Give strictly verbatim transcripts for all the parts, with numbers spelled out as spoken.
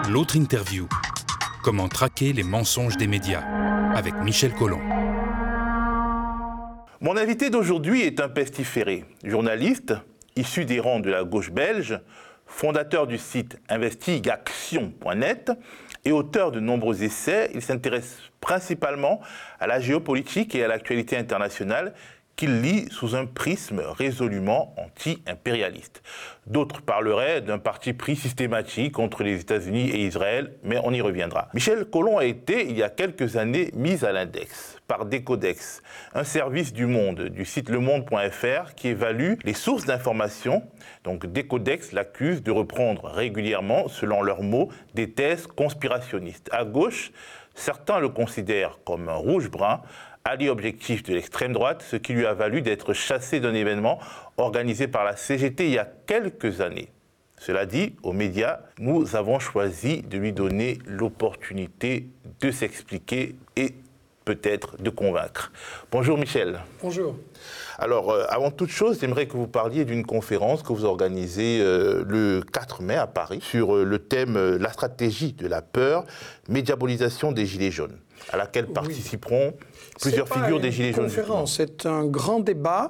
L'autre interview. Comment traquer les mensonges des médias avec Michel Colomb. Mon invité d'aujourd'hui est un pestiféré, journaliste, issu des rangs de la gauche belge, fondateur du site investigation point net et auteur de nombreux essais. Il s'intéresse principalement à la géopolitique et à l'actualité internationale qu'il lit sous un prisme résolument anti-impérialiste. D'autres parleraient d'un parti pris systématique contre les États-Unis et Israël, mais on y reviendra. Michel Colomb a été, il y a quelques années, mis à l'index par Decodex, un service du Monde, du site le monde point f r, qui évalue les sources d'information. Donc Decodex l'accuse de reprendre régulièrement, selon leurs mots, des thèses conspirationnistes. À gauche, certains le considèrent comme un rouge-brun, allié objectif de l'extrême droite, ce qui lui a valu d'être chassé d'un événement organisé par la C G T il y a quelques années. Cela dit, aux médias, nous avons choisi de lui donner l'opportunité de s'expliquer et peut-être de convaincre. Bonjour Michel. Bonjour. Alors, euh, avant toute chose, j'aimerais que vous parliez d'une conférence que vous organisez euh, le quatre mai à Paris sur euh, le thème euh, « La stratégie de la peur, médiabolisation des Gilets jaunes », à laquelle participeront oui. plusieurs figures des Gilets jaunes. Conférence, c'est un grand débat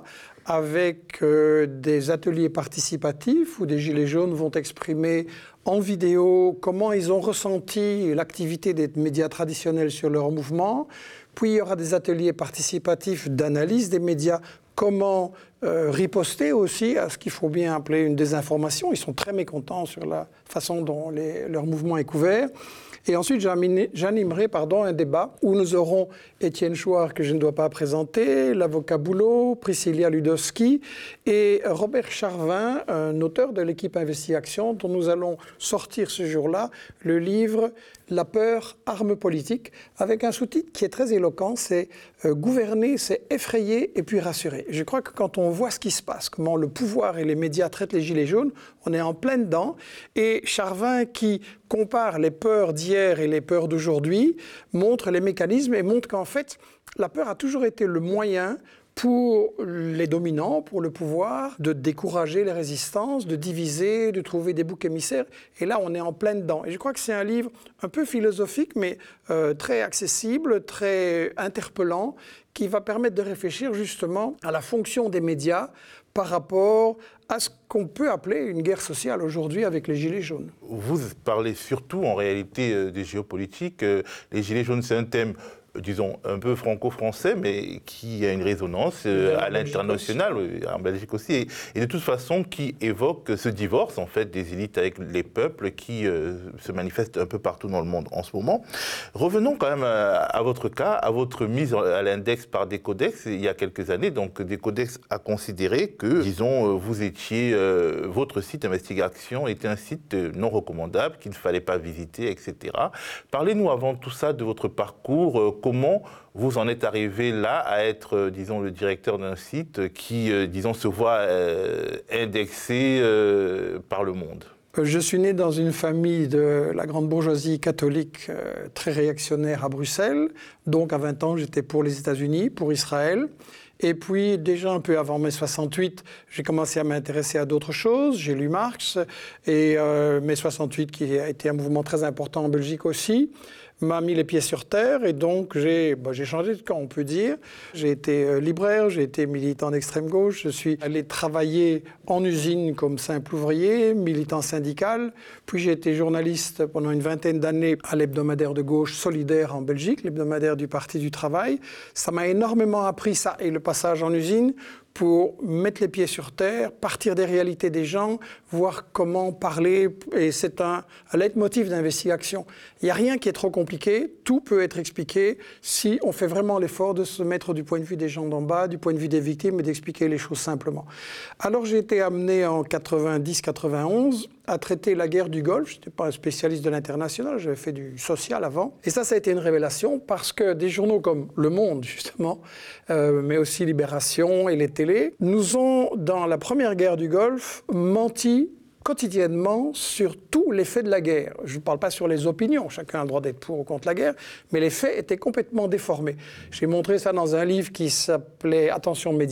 avec euh, des ateliers participatifs où des Gilets jaunes vont exprimer en vidéo comment ils ont ressenti l'activité des médias traditionnels sur leur mouvement. Puis il y aura des ateliers participatifs d'analyse des médias, comment euh, riposter aussi à ce qu'il faut bien appeler une désinformation. Ils sont très mécontents sur la façon dont les, leur mouvement est couvert. Et ensuite, j'animerai pardon, un débat où nous aurons Étienne Chouard, que je ne dois pas présenter, l'avocat Boulot, Priscilla Ludowski et Robert Charvin, un auteur de l'équipe Investigation, dont nous allons sortir ce jour-là le livre « La peur, arme politique », avec un sous-titre qui est très éloquent, c'est euh, « Gouverner, c'est effrayer et puis rassurer ». Je crois que quand on voit ce qui se passe, comment le pouvoir et les médias traitent les Gilets jaunes, on est en plein dedans. Et Charvin, qui compare les peurs d'hier et les peurs d'aujourd'hui, montre les mécanismes et montre qu'en fait, la peur a toujours été le moyen pour les dominants, pour le pouvoir, de décourager les résistances, de diviser, de trouver des boucs émissaires. Et là, on est en plein dedans. Et je crois que c'est un livre un peu philosophique, mais euh, très accessible, très interpellant, qui va permettre de réfléchir justement à la fonction des médias par rapport à ce qu'on peut appeler une guerre sociale aujourd'hui avec les Gilets jaunes. Vous parlez surtout en réalité euh, des géopolitiques. Euh, les Gilets jaunes, c'est un thème, disons, un peu franco-français, mais qui a une résonance euh, à l'international, en Belgique aussi, et, et de toute façon qui évoque ce divorce, en fait, des élites avec les peuples qui euh, se manifeste un peu partout dans le monde en ce moment. Revenons quand même à, à votre cas, à votre mise à l'index par Decodex il y a quelques années. Donc, Decodex a considéré que, disons, vous étiez, euh, votre site Investigation était un site non recommandable, qu'il ne fallait pas visiter, et cetera. Parlez-nous avant tout ça de votre parcours. Euh, Comment vous en êtes arrivé là à être, euh, disons, le directeur d'un site qui, euh, disons, se voit euh, indexé euh, par le monde? Je suis né dans une famille de la grande bourgeoisie catholique euh, très réactionnaire à Bruxelles. Donc à vingt ans, j'étais pour les États-Unis, pour Israël. Et puis, déjà un peu avant mai soixante-huit, j'ai commencé à m'intéresser à d'autres choses. J'ai lu Marx et euh, mai soixante-huit, qui a été un mouvement très important en Belgique aussi, m'a mis les pieds sur terre et donc j'ai bah, j'ai changé de camp, on peut dire. J'ai été euh, libraire, j'ai été militant d'extrême gauche, je suis allé travailler en usine comme simple ouvrier, militant syndical, puis j'ai été journaliste pendant une vingtaine d'années à l'hebdomadaire de gauche Solidaire en Belgique, l'hebdomadaire du Parti du Travail. Ça m'a énormément appris, ça et le passage en usine, pour mettre les pieds sur terre, partir des réalités des gens, voir comment parler. Et c'est un, un leitmotiv d'investigation. Il n'y a rien qui est trop compliqué, tout peut être expliqué si on fait vraiment l'effort de se mettre du point de vue des gens d'en bas, du point de vue des victimes et d'expliquer les choses simplement. Alors j'ai été amené en quatre-vingt-dix quatre-vingt-onze à traiter la guerre du Golfe. Je n'étais pas un spécialiste de l'international, j'avais fait du social avant. Et ça, ça a été une révélation parce que des journaux comme Le Monde, justement, euh, mais aussi Libération et les télés, nous ont, dans la première guerre du Golfe, menti quotidiennement sur tous les faits de la guerre. Je ne parle pas sur les opinions, chacun a le droit d'être pour ou contre la guerre, mais les faits étaient complètement déformés. J'ai montré ça dans un livre qui s'appelait « Attention médias »,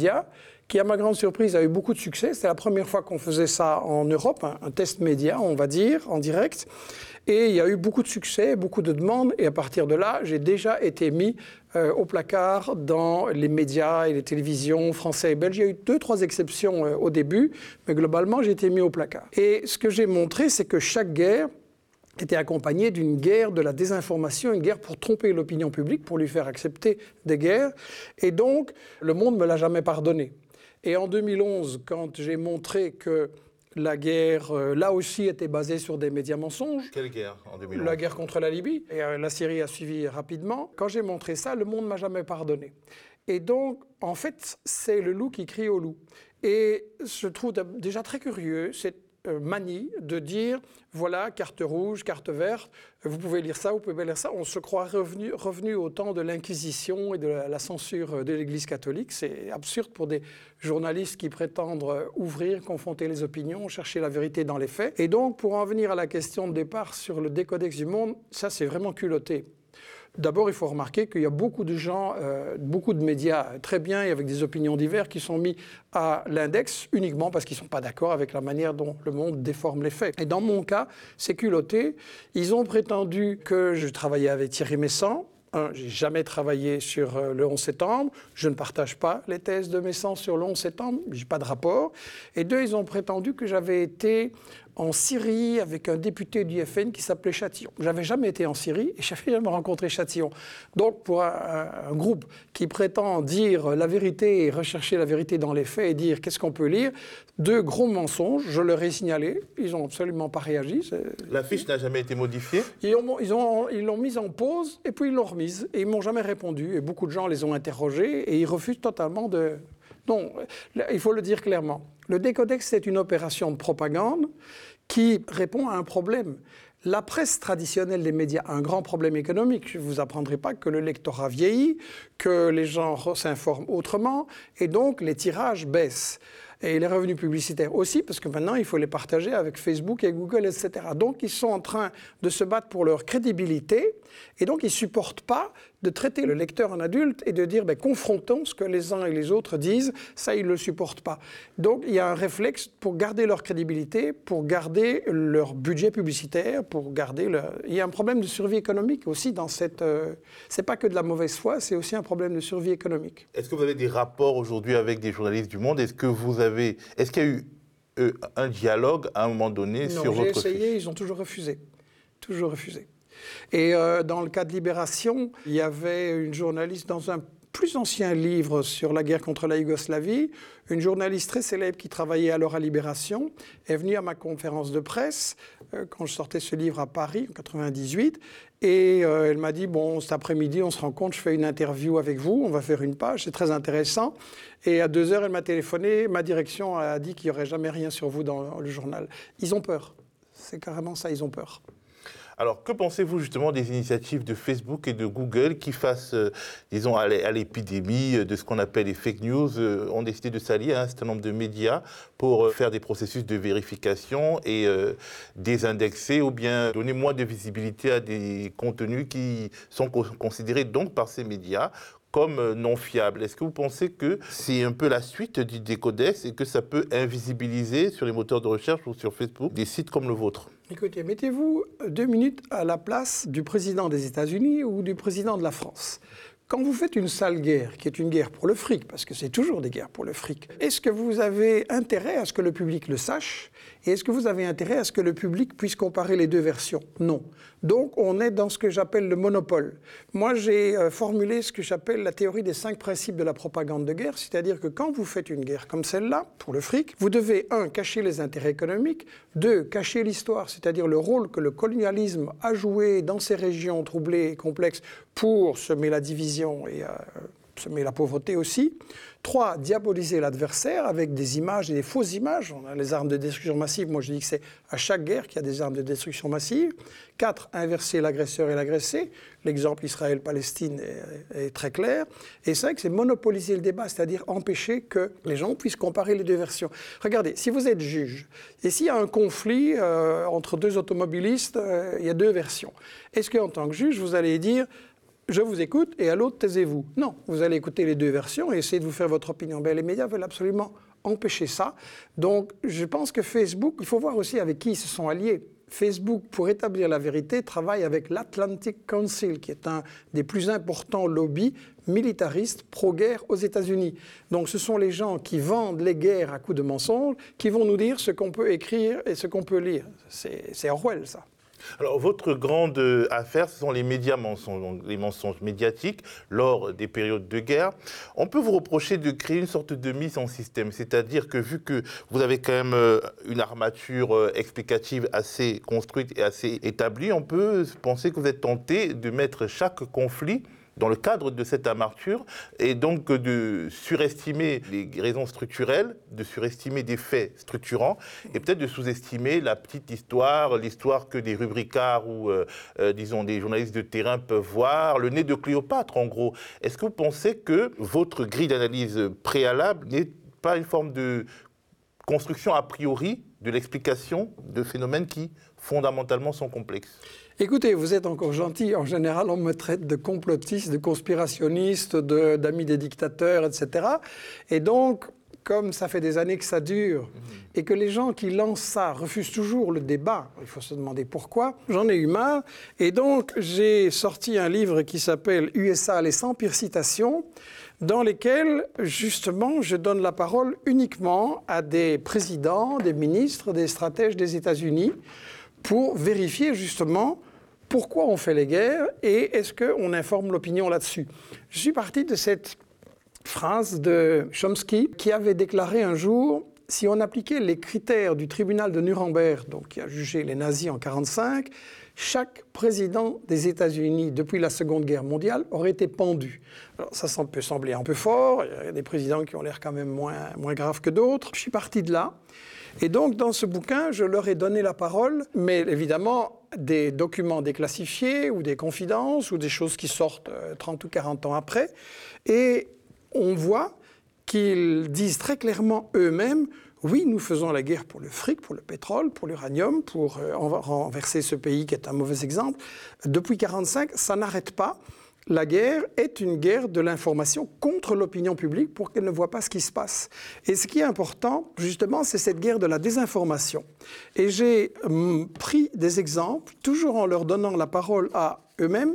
qui, à ma grande surprise, a eu beaucoup de succès. C'était la première fois qu'on faisait ça en Europe, un, un test média, on va dire, en direct. Et il y a eu beaucoup de succès, beaucoup de demandes. Et à partir de là, j'ai déjà été mis euh, au placard dans les médias et les télévisions français et belges. Il y a eu deux, trois exceptions euh, au début, mais globalement, j'ai été mis au placard. Et ce que j'ai montré, c'est que chaque guerre était accompagnée d'une guerre de la désinformation, une guerre pour tromper l'opinion publique, pour lui faire accepter des guerres. Et donc, le monde ne me l'a jamais pardonné. Et en deux mille onze, quand j'ai montré que la guerre, euh, là aussi, était basée sur des médias mensonges. Quelle guerre en deux mille onze? La guerre contre la Libye. Et euh, la Syrie a suivi rapidement. Quand j'ai montré ça, le monde ne m'a jamais pardonné. Et donc, en fait, c'est le loup qui crie au loup. Et je trouve déjà très curieux cette euh, manie de dire, voilà, carte rouge, carte verte, vous pouvez lire ça, vous pouvez lire ça. On se croit revenu, revenu au temps de l'Inquisition et de la, la censure de l'Église catholique. C'est absurde pour des journalistes qui prétendent ouvrir, confronter les opinions, chercher la vérité dans les faits. Et donc, pour en venir à la question de départ sur le décodex du monde, ça, c'est vraiment culotté. D'abord, il faut remarquer qu'il y a beaucoup de gens, euh, beaucoup de médias très bien et avec des opinions diverses qui sont mis à l'index uniquement parce qu'ils ne sont pas d'accord avec la manière dont le monde déforme les faits. Et dans mon cas, c'est culotté. Ils ont prétendu que je travaillais avec Thierry Meyssan. Un, j'ai jamais travaillé sur euh, le onze septembre. Je ne partage pas les thèses de Meyssan sur le onze septembre. J'ai pas de rapport. Et deux, ils ont prétendu que j'avais été en Syrie avec un député du F N qui s'appelait Châtillon. J'avais jamais été en Syrie et j'avais jamais rencontré Châtillon. Donc, pour un, un groupe qui prétend dire la vérité et rechercher la vérité dans les faits et dire qu'est-ce qu'on peut lire, deux gros mensonges, je leur ai signalé. Ils n'ont absolument pas réagi. La fiche n'a jamais été modifiée? Ils l'ont ils ont, ils l'ont mise en pause et puis ils l'ont remise. Et ils ne m'ont jamais répondu. Et beaucoup de gens les ont interrogés et ils refusent totalement de... Non, il faut le dire clairement. Le décodex, c'est une opération de propagande qui répond à un problème. La presse traditionnelle des médias a un grand problème économique. Je ne vous apprendrai pas que le lectorat vieillit, que les gens s'informent autrement, et donc les tirages baissent. Et les revenus publicitaires aussi, parce que maintenant, il faut les partager avec Facebook et Google, et cetera. Donc, ils sont en train de se battre pour leur crédibilité, et donc ils ne supportent pas de traiter le lecteur en adulte et de dire, ben, confrontons ce que les uns et les autres disent, ça, ils ne le supportent pas. Donc, il y a un réflexe pour garder leur crédibilité, pour garder leur budget publicitaire, pour garder leur... Il y a un problème de survie économique aussi dans cette... Euh... C'est pas que de la mauvaise foi, c'est aussi un problème de survie économique. Est-ce que vous avez des rapports aujourd'hui avec des journalistes du monde? Est-ce que vous avez... Est-ce qu'il y a eu euh, un dialogue à un moment donné non, sur votre fiche? J'ai essayé, fiche? Ils ont toujours refusé. Toujours refusé. Et euh, dans le cas de Libération, il y avait une journaliste dans un plus ancien livre sur la guerre contre la Yougoslavie, une journaliste très célèbre qui travaillait alors à Libération, est venue à ma conférence de presse euh, quand je sortais ce livre à Paris en quatre-vingt-dix-huit, et euh, elle m'a dit, bon, cet après-midi, on se rencontre, je fais une interview avec vous, on va faire une page, c'est très intéressant. Et à deux heures, elle m'a téléphoné, ma direction a dit qu'il n'y aurait jamais rien sur vous dans le journal. Ils ont peur, c'est carrément ça, ils ont peur. Alors, que pensez-vous justement des initiatives de Facebook et de Google qui, face, euh, disons, à l'épidémie de ce qu'on appelle les fake news, euh, ont décidé de s'allier à un certain nombre de médias pour euh, faire des processus de vérification et euh, désindexer ou bien donner moins de visibilité à des contenus qui sont co- considérés donc par ces médias comme non fiables. Est-ce que vous pensez que c'est un peu la suite du décodex et que ça peut invisibiliser sur les moteurs de recherche ou sur Facebook des sites comme le vôtre? Écoutez, mettez-vous deux minutes à la place du président des États-Unis ou du président de la France. Quand vous faites une sale guerre, qui est une guerre pour le fric, parce que c'est toujours des guerres pour le fric, est-ce que vous avez intérêt à ce que le public le sache? Et est-ce que vous avez intérêt à ce que le public puisse comparer les deux versions? Non. Donc, on est dans ce que j'appelle le monopole. Moi, j'ai euh, formulé ce que j'appelle la théorie des cinq principes de la propagande de guerre, c'est-à-dire que quand vous faites une guerre comme celle-là, pour le fric, vous devez, un, cacher les intérêts économiques, deux, cacher l'histoire, c'est-à-dire le rôle que le colonialisme a joué dans ces régions troublées et complexes pour semer la division et euh, semer la pauvreté aussi. Trois, diaboliser l'adversaire avec des images et des fausses images. On a les armes de destruction massive. Moi, je dis que c'est à chaque guerre qu'il y a des armes de destruction massive. Quatre, inverser l'agresseur et l'agressé. L'exemple Israël-Palestine est, est très clair. Et cinq, c'est monopoliser le débat, c'est-à-dire empêcher que les gens puissent comparer les deux versions. Regardez, si vous êtes juge, et s'il y a un conflit euh, entre deux automobilistes, euh, il y a deux versions. Est-ce qu'en tant que juge, vous allez dire je vous écoute et à l'autre, taisez-vous. Non, vous allez écouter les deux versions et essayer de vous faire votre opinion. Ben, les médias veulent absolument empêcher ça. Donc, je pense que Facebook, il faut voir aussi avec qui ils se sont alliés. Facebook, pour établir la vérité, travaille avec l'Atlantic Council, qui est un des plus importants lobbies militaristes pro-guerre aux États-Unis. Donc ce sont les gens qui vendent les guerres à coups de mensonges qui vont nous dire ce qu'on peut écrire et ce qu'on peut lire. C'est Orwell, ça. Alors, votre grande affaire, ce sont les médias mensonges, donc les mensonges médiatiques lors des périodes de guerre. On peut vous reprocher de créer une sorte de mise en système, c'est-à-dire que vu que vous avez quand même une armature explicative assez construite et assez établie, on peut penser que vous êtes tenté de mettre chaque conflit dans le cadre de cette armature, et donc de surestimer les raisons structurelles, de surestimer des faits structurants, et peut-être de sous-estimer la petite histoire, l'histoire que des rubricards ou, euh, euh, disons, des journalistes de terrain peuvent voir, le nez de Cléopâtre, en gros. Est-ce que vous pensez que votre grille d'analyse préalable n'est pas une forme de construction a priori de l'explication de phénomènes qui, fondamentalement, sont complexes ? Écoutez, vous êtes encore gentil. En général, on me traite de complotiste, de conspirationniste, de, d'amis des dictateurs, et cetera. Et donc, comme ça fait des années que ça dure, mmh. et que les gens qui lancent ça refusent toujours le débat, il faut se demander pourquoi, j'en ai eu marre. Et donc, j'ai sorti un livre qui s'appelle « U S A, les cent pires citations », dans lesquels, justement, je donne la parole uniquement à des présidents, des ministres, des stratèges des États-Unis, pour vérifier justement pourquoi on fait les guerres et est-ce qu'on informe l'opinion là-dessus. Je suis parti de cette phrase de Chomsky qui avait déclaré un jour « Si on appliquait les critères du tribunal de Nuremberg, donc qui a jugé les nazis en mille neuf cent quarante-cinq, chaque président des États-Unis depuis la Seconde Guerre mondiale aurait été pendu. » Alors ça, ça peut sembler un peu fort, il y a des présidents qui ont l'air quand même moins, moins graves que d'autres. Je suis parti de là. Et donc, dans ce bouquin, je leur ai donné la parole, mais évidemment, des documents déclassifiés ou des confidences ou des choses qui sortent trente ou quarante ans après. Et on voit qu'ils disent très clairement eux-mêmes « Oui, nous faisons la guerre pour le fric, pour le pétrole, pour l'uranium, pour euh, renverser ce pays qui est un mauvais exemple. Depuis mille neuf cent quarante-cinq, ça n'arrête pas. La guerre est une guerre de l'information contre l'opinion publique pour qu'elle ne voit pas ce qui se passe. Et ce qui est important, justement, c'est cette guerre de la désinformation. Et j'ai hum, pris des exemples, toujours en leur donnant la parole à eux-mêmes,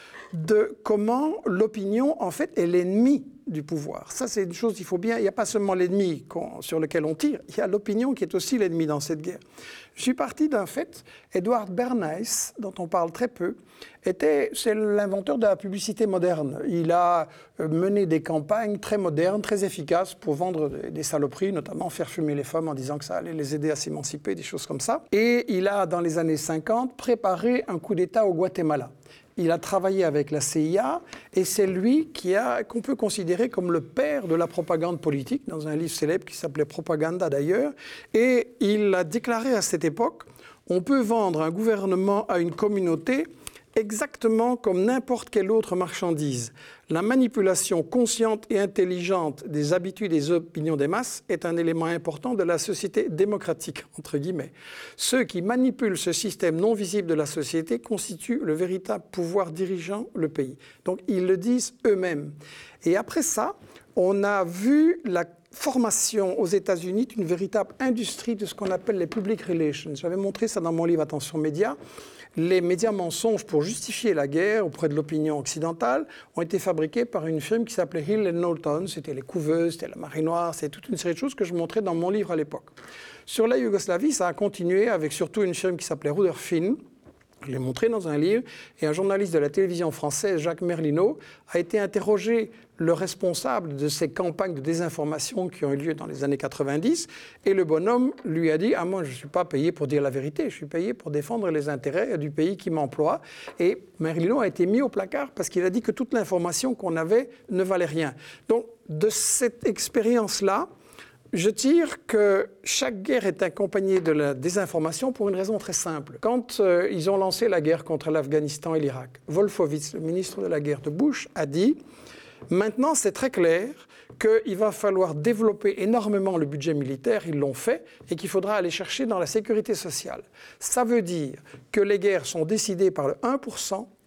de comment l'opinion, en fait, est l'ennemi du pouvoir. Ça, c'est une chose qu'il faut bien... Il n'y a pas seulement l'ennemi sur lequel on tire, il y a l'opinion qui est aussi l'ennemi dans cette guerre. Je suis parti d'un fait. Edward Bernays, dont on parle très peu, était, c'est l'inventeur de la publicité moderne. Il a mené des campagnes très modernes, très efficaces pour vendre des saloperies, notamment faire fumer les femmes en disant que ça allait les aider à s'émanciper, des choses comme ça. Et il a, dans les années cinquante, préparé un coup d'État au Guatemala. Il a travaillé avec la C I A et c'est lui qui a, qu'on peut considérer comme le père de la propagande politique, dans un livre célèbre qui s'appelait Propaganda d'ailleurs. Et il a déclaré à cette époque, on peut vendre un gouvernement à une communauté exactement comme n'importe quelle autre marchandise. La manipulation consciente et intelligente des habitudes et des opinions des masses est un élément important de la société démocratique, entre guillemets. Ceux qui manipulent ce système non visible de la société constituent le véritable pouvoir dirigeant le pays. Donc ils le disent eux-mêmes. Et après ça, on a vu la formation aux États-Unis d'une véritable industrie de ce qu'on appelle les public relations. J'avais montré ça dans mon livre Attention Médias. Les médias mensonges pour justifier la guerre auprès de l'opinion occidentale ont été fabriqués par une firme qui s'appelait Hill and Knowlton. C'était les couveuses, c'était la marée noire, c'est toute une série de choses que je montrais dans mon livre à l'époque. Sur la Yougoslavie, ça a continué avec surtout une firme qui s'appelait Ruther Finn. Je l'ai montré dans un livre, et un journaliste de la télévision française, Jacques Merlino, a été interrogé le responsable de ces campagnes de désinformation qui ont eu lieu dans les années quatre-vingt-dix, et le bonhomme lui a dit « Ah, moi, je ne suis pas payé pour dire la vérité, je suis payé pour défendre les intérêts du pays qui m'emploie. » Et Merlino a été mis au placard parce qu'il a dit que toute l'information qu'on avait ne valait rien. Donc, de cette expérience-là, je tire que chaque guerre est accompagnée de la désinformation pour une raison très simple. Quand euh, ils ont lancé la guerre contre l'Afghanistan et l'Irak, Wolfowitz, le ministre de la guerre de Bush, a dit « Maintenant, c'est très clair qu'il va falloir développer énormément le budget militaire, ils l'ont fait, et qu'il faudra aller chercher dans la sécurité sociale. » Ça veut dire que les guerres sont décidées par le un pour cent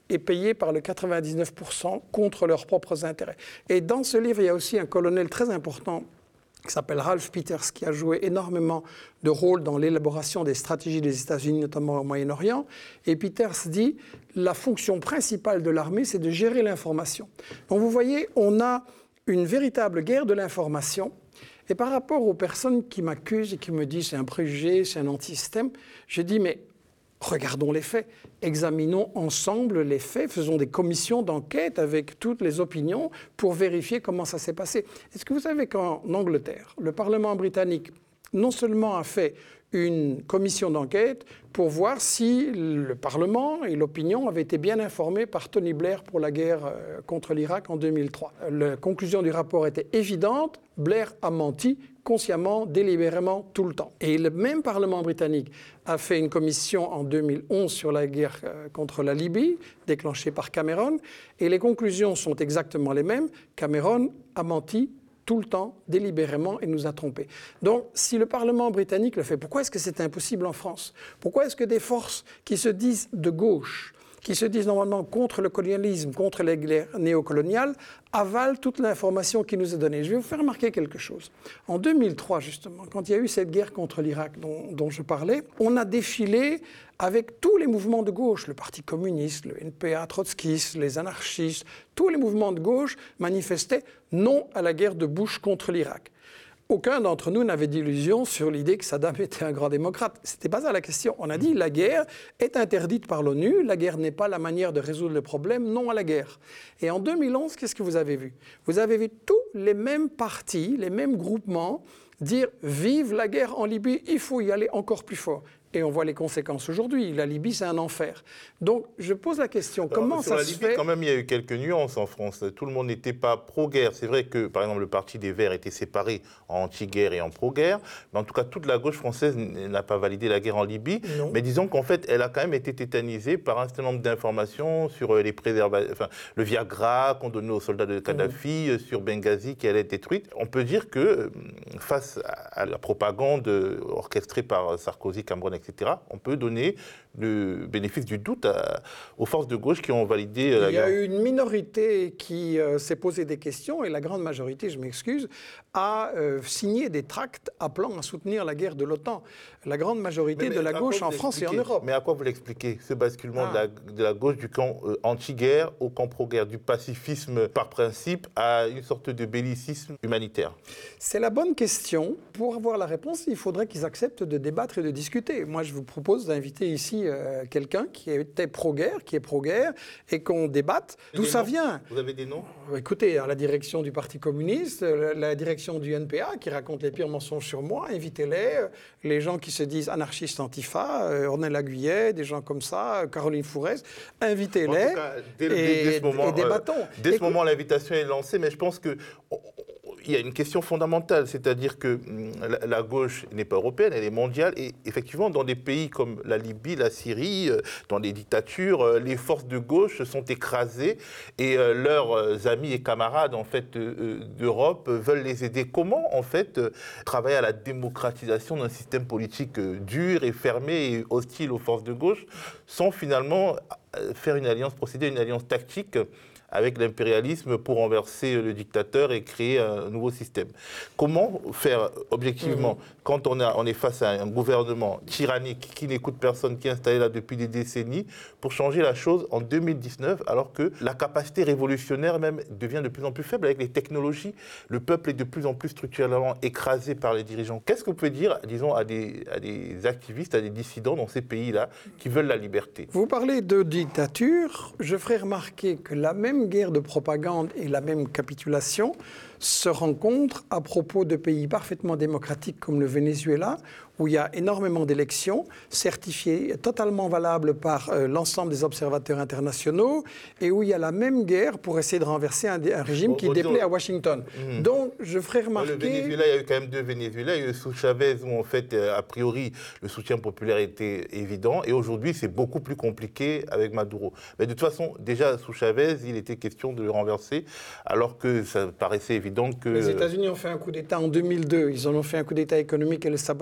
et payés par le quatre-vingt-dix-neuf pour cent contre leurs propres intérêts. Et dans ce livre, il y a aussi un colonel très important qui s'appelle Ralph Peters, qui a joué énormément de rôle dans l'élaboration des stratégies des États-Unis, notamment au Moyen-Orient. Et Peters dit « la fonction principale de l'armée, c'est de gérer l'information ». Donc vous voyez, on a une véritable guerre de l'information. Et par rapport aux personnes qui m'accusent et qui me disent « c'est un préjugé, c'est un anti-système », je dis « mais regardons les faits, examinons ensemble les faits, faisons des commissions d'enquête avec toutes les opinions pour vérifier comment ça s'est passé. » Est-ce que vous savez qu'en Angleterre, le Parlement britannique non seulement a fait une commission d'enquête pour voir si le Parlement et l'opinion avaient été bien informés par Tony Blair pour la guerre contre l'Irak en deux mille trois. La conclusion du rapport était évidente, Blair a menti consciemment, délibérément, tout le temps. Et le même Parlement britannique a fait une commission en deux mille onze sur la guerre contre la Libye, déclenchée par Cameron, et les conclusions sont exactement les mêmes. Cameron a menti tout le temps, délibérément, et nous a trompés. Donc, si le Parlement britannique le fait, pourquoi est-ce que c'est impossible en France? Pourquoi est-ce que des forces qui se disent de gauche, qui se disent normalement contre le colonialisme, contre les guerres néocoloniales, avalent toute l'information qui nous est donnée? Je vais vous faire remarquer quelque chose. En deux mille trois, justement, quand il y a eu cette guerre contre l'Irak dont, dont je parlais, on a défilé avec tous les mouvements de gauche, le Parti communiste, le N P A trotskiste, les anarchistes, tous les mouvements de gauche manifestaient non à la guerre de Bush contre l'Irak. Aucun d'entre nous n'avait d'illusion sur l'idée que Saddam était un grand démocrate. Ce n'était pas ça la question. On a dit la guerre est interdite par l'ONU, la guerre n'est pas la manière de résoudre le problème, non à la guerre. Et en deux mille onze, qu'est-ce que vous avez vu? Vous avez vu tous les mêmes partis, les mêmes groupements dire « vive la guerre en Libye, il faut y aller encore plus fort ». Et on voit les conséquences aujourd'hui. La Libye, c'est un enfer. Donc, je pose la question, Alors, comment ça la se Libye, fait... quand même, il y a eu quelques nuances en France. Tout le monde n'était pas pro-guerre. C'est vrai que, par exemple, le Parti des Verts était séparé en anti-guerre et en pro-guerre. Mais en tout cas, toute la gauche française n'a pas validé la guerre en Libye. Non. Mais disons qu'en fait, elle a quand même été tétanisée par un certain nombre d'informations sur les préservatifs, enfin, le Viagra qu'on donnait aux soldats de Kadhafi, mmh. sur Benghazi qui allait être détruite. On peut dire que, face à la propagande orchestrée par Sarkozy, Cameron, et cetera, on peut donner le bénéfice du doute à, aux forces de gauche qui ont validé la guerre. Il y a eu une minorité qui euh, s'est posé des questions et la grande majorité, je m'excuse, a euh, signé des tracts appelant à soutenir la guerre de l'OTAN. La grande majorité mais, mais de la gauche en France et en Europe. Mais à quoi vous l'expliquez, ce basculement ah. de, la, de la gauche du camp euh, anti-guerre au camp pro-guerre, du pacifisme par principe à une sorte de bellicisme humanitaire? C'est la bonne question. Pour avoir la réponse, il faudrait qu'ils acceptent de débattre et de discuter. Moi, je vous propose d'inviter ici euh, quelqu'un qui était pro-guerre, qui est pro-guerre, et qu'on débatte. D'où ça noms? vient? Vous avez des noms? Écoutez, à la direction du Parti communiste, la direction du N P A, qui raconte les pires mensonges sur moi, invitez-les. Les gens qui se disent anarchistes antifa, euh, Ornella Guyet, des gens comme ça, Caroline Fourès, invitez-les et, dès, dès moment, et débattons. Euh, dès ce Écoute, moment, l'invitation est lancée, mais je pense que... On, il y a une question fondamentale, c'est-à-dire que la, la gauche n'est pas européenne, elle est mondiale. Et effectivement, dans des pays comme la Libye, la Syrie, dans des dictatures, les forces de gauche sont écrasées et leurs amis et camarades en fait, d'Europe veulent les aider. Comment, en fait, travailler à la démocratisation d'un système politique dur et fermé et hostile aux forces de gauche sans finalement faire une alliance, procéder à une alliance tactique avec l'impérialisme pour renverser le dictateur et créer un nouveau système. Comment faire objectivement, mmh. quand on, a, on est face à un gouvernement tyrannique qui n'écoute personne, qui est installé là depuis des décennies, pour changer la chose en deux mille dix-neuf, alors que la capacité révolutionnaire même devient de plus en plus faible avec les technologies. Le peuple est de plus en plus structurellement écrasé par les dirigeants. Qu'est-ce que vous pouvez dire, disons, à des, à des activistes, à des dissidents dans ces pays-là qui veulent la liberté? Vous parlez de dictature, je ferai remarquer que la même guerre de propagande et la même capitulation se rencontrent à propos de pays parfaitement démocratiques comme le Venezuela, où il y a énormément d'élections certifiées, totalement valables par euh, l'ensemble des observateurs internationaux, et où il y a la même guerre pour essayer de renverser un, un régime bon, qui bon, déplaît à Washington. Mmh. Donc, je ferai remarquer... Le Venezuela, il y a eu quand même deux Venezuela. Il y a eu sous Chavez, où en fait, a priori, le soutien populaire était évident, et aujourd'hui, c'est beaucoup plus compliqué avec Maduro. Mais de toute façon, déjà, sous Chavez, il était question de le renverser, alors que ça paraissait évident que... Les États-Unis ont fait un coup d'État en deux mille deux. Ils en ont fait un coup d'État économique et le sabotage du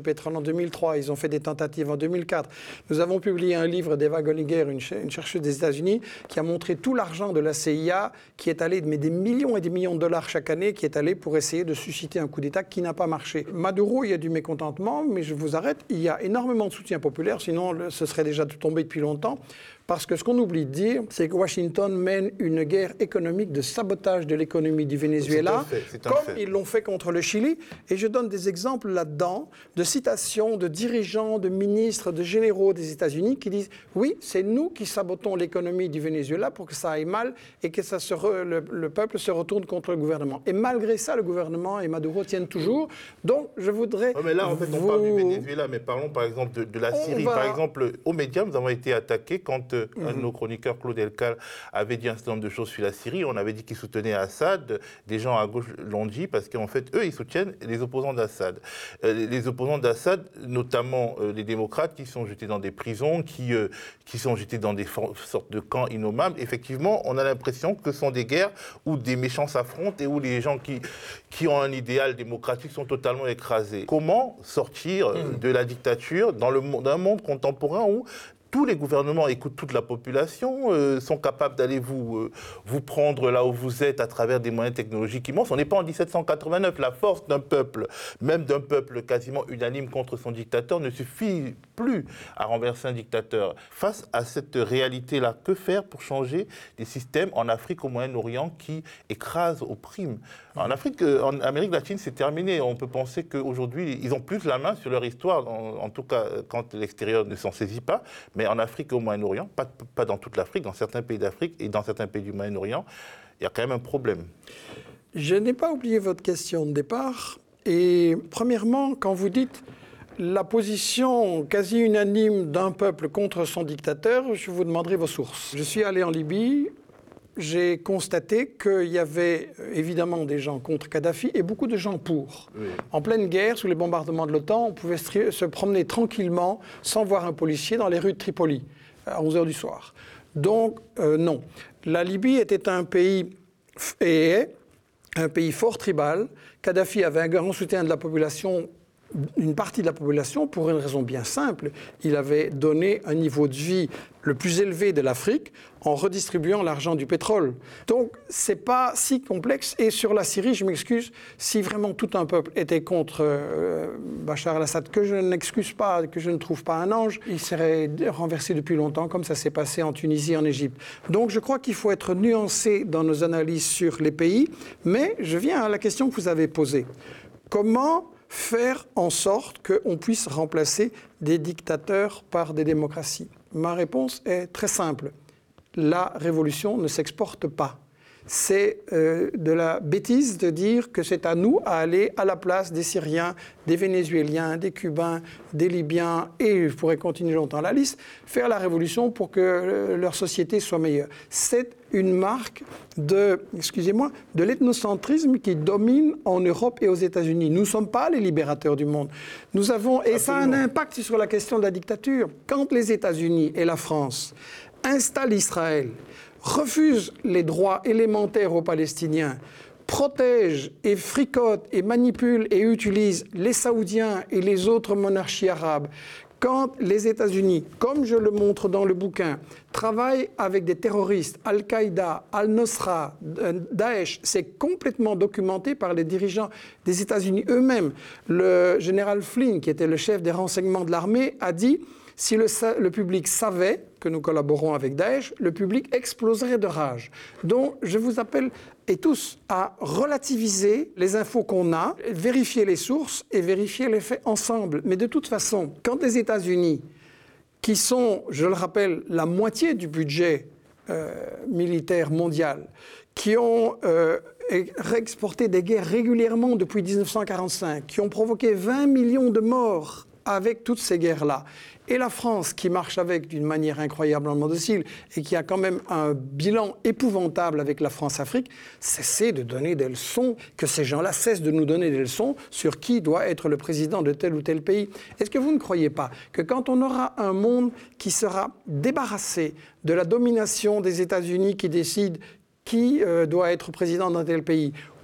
pétrole en deux mille trois, ils ont fait des tentatives en deux mille quatre. Nous avons publié un livre d'Eva Gollinger, une, une chercheuse des États-Unis, qui a montré tout l'argent de la C I A qui est allé, mais des millions et des millions de dollars chaque année, qui est allé pour essayer de susciter un coup d'État qui n'a pas marché. Maduro, il y a du mécontentement, mais je vous arrête, il y a énormément de soutien populaire, sinon le, ce serait déjà tombé depuis longtemps. Parce que ce qu'on oublie de dire, c'est que Washington mène une guerre économique de sabotage de l'économie du Venezuela, C'est un fait, c'est un comme fait. ils l'ont fait contre le Chili. Et je donne des exemples là-dedans de citations de dirigeants, de ministres, de généraux des États-Unis qui disent « Oui, c'est nous qui sabotons l'économie du Venezuela pour que ça aille mal et que ça se re, le, le peuple se retourne contre le gouvernement. » Et malgré ça, le gouvernement et Maduro tiennent toujours. Donc, je voudrais... Ouais, mais là, en fait, on vous... parle du Venezuela, mais parlons par exemple de, de la On Syrie. va... Par exemple, aux médias, nous avons été attaqués quand euh, Mm-hmm. un de nos chroniqueurs, Claude Elkal, avait dit un certain nombre de choses sur la Syrie. On avait dit qu'il soutenait Assad. Des gens à gauche l'ont dit parce qu'en fait, eux, ils soutiennent les opposants d'Assad. Euh, les opposants d'Assad, notamment euh, les démocrates, qui sont jetés dans des prisons, qui, euh, qui sont jetés dans des for- sortes de camps innommables. Effectivement, on a l'impression que ce sont des guerres où des méchants s'affrontent et où les gens qui, qui ont un idéal démocratique sont totalement écrasés. Comment sortir mmh. de la dictature dans, le, dans un monde contemporain où tous les gouvernements écoutent toute la population, euh, sont capables d'aller vous, euh, vous prendre là où vous êtes à travers des moyens technologiques immenses. On n'est pas en dix-sept cent quatre-vingt-neuf. La force d'un peuple, même d'un peuple quasiment unanime contre son dictateur, ne suffit plus à renverser un dictateur. Face à cette réalité-là, que faire pour changer des systèmes en Afrique, au Moyen-Orient, qui écrasent, oppriment ? En Afrique, en Amérique latine, c'est terminé. On peut penser qu'aujourd'hui, ils ont plus la main sur leur histoire, en, en tout cas quand l'extérieur ne s'en saisit pas. Mais en Afrique et au Moyen-Orient, pas, pas dans toute l'Afrique, dans certains pays d'Afrique et dans certains pays du Moyen-Orient, il y a quand même un problème. Je n'ai pas oublié votre question de départ. Et premièrement, quand vous dites la position quasi unanime d'un peuple contre son dictateur, je vous demanderai vos sources. Je suis allé en Libye. J'ai constaté qu'il y avait évidemment des gens contre Kadhafi et beaucoup de gens pour. Oui. En pleine guerre, sous les bombardements de l'OTAN, on pouvait se promener tranquillement sans voir un policier dans les rues de Tripoli à onze heures du soir. Donc, euh, non. La Libye était un pays, et est un pays fort tribal. Kadhafi avait un grand soutien de la population, une partie de la population, pour une raison bien simple. Il avait donné un niveau de vie le plus élevé de l'Afrique en redistribuant l'argent du pétrole. Donc, ce n'est pas si complexe. Et sur la Syrie, je m'excuse, si vraiment tout un peuple était contre euh, Bachar el-Assad, que je n'excuse pas, que je ne trouve pas un ange, il serait renversé depuis longtemps, comme ça s'est passé en Tunisie et en Égypte. Donc, je crois qu'il faut être nuancé dans nos analyses sur les pays. Mais je viens à la question que vous avez posée. Comment faire en sorte qu'on puisse remplacer des dictateurs par des démocraties? Ma réponse est très simple. La révolution ne s'exporte pas. C'est euh, de la bêtise de dire que c'est à nous à aller à la place des Syriens, des Vénézuéliens, des Cubains, des Libyens, et je pourrais continuer longtemps la liste, faire la révolution pour que euh, leur société soit meilleure. C'est une marque de, excusez-moi, de l'ethnocentrisme qui domine en Europe et aux États-Unis. Nous ne sommes pas les libérateurs du monde. Nous avons, et Absolument. Ça a un impact sur la question de la dictature. Quand les États-Unis et la France installent Israël, refusent les droits élémentaires aux Palestiniens, protègent et fricotent et manipulent et utilisent les Saoudiens et les autres monarchies arabes, quand les États-Unis, comme je le montre dans le bouquin, travaillent avec des terroristes, Al-Qaïda, Al-Nusra, Daesh, c'est complètement documenté par les dirigeants des États-Unis eux-mêmes. Le général Flynn, qui était le chef des renseignements de l'armée, a dit « Si le, le public savait que nous collaborons avec Daesh, le public exploserait de rage. » Donc, je vous appelle, et tous, à relativiser les infos qu'on a, vérifier les sources et vérifier les faits ensemble. Mais de toute façon, quand les États-Unis, qui sont, je le rappelle, la moitié du budget euh, militaire mondial, qui ont euh, exporté des guerres régulièrement depuis dix-neuf cent quarante-cinq, qui ont provoqué vingt millions de morts avec toutes ces guerres-là, et la France, qui marche avec d'une manière incroyablement docile et qui a quand même un bilan épouvantable avec la France-Afrique, cessez de donner des leçons, que ces gens-là cessent de nous donner des leçons sur qui doit être le président de tel ou tel pays. Est-ce que vous ne croyez pas que quand on aura un monde qui sera débarrassé de la domination des États-Unis qui décident qui euh, doit être président d'un tel pays,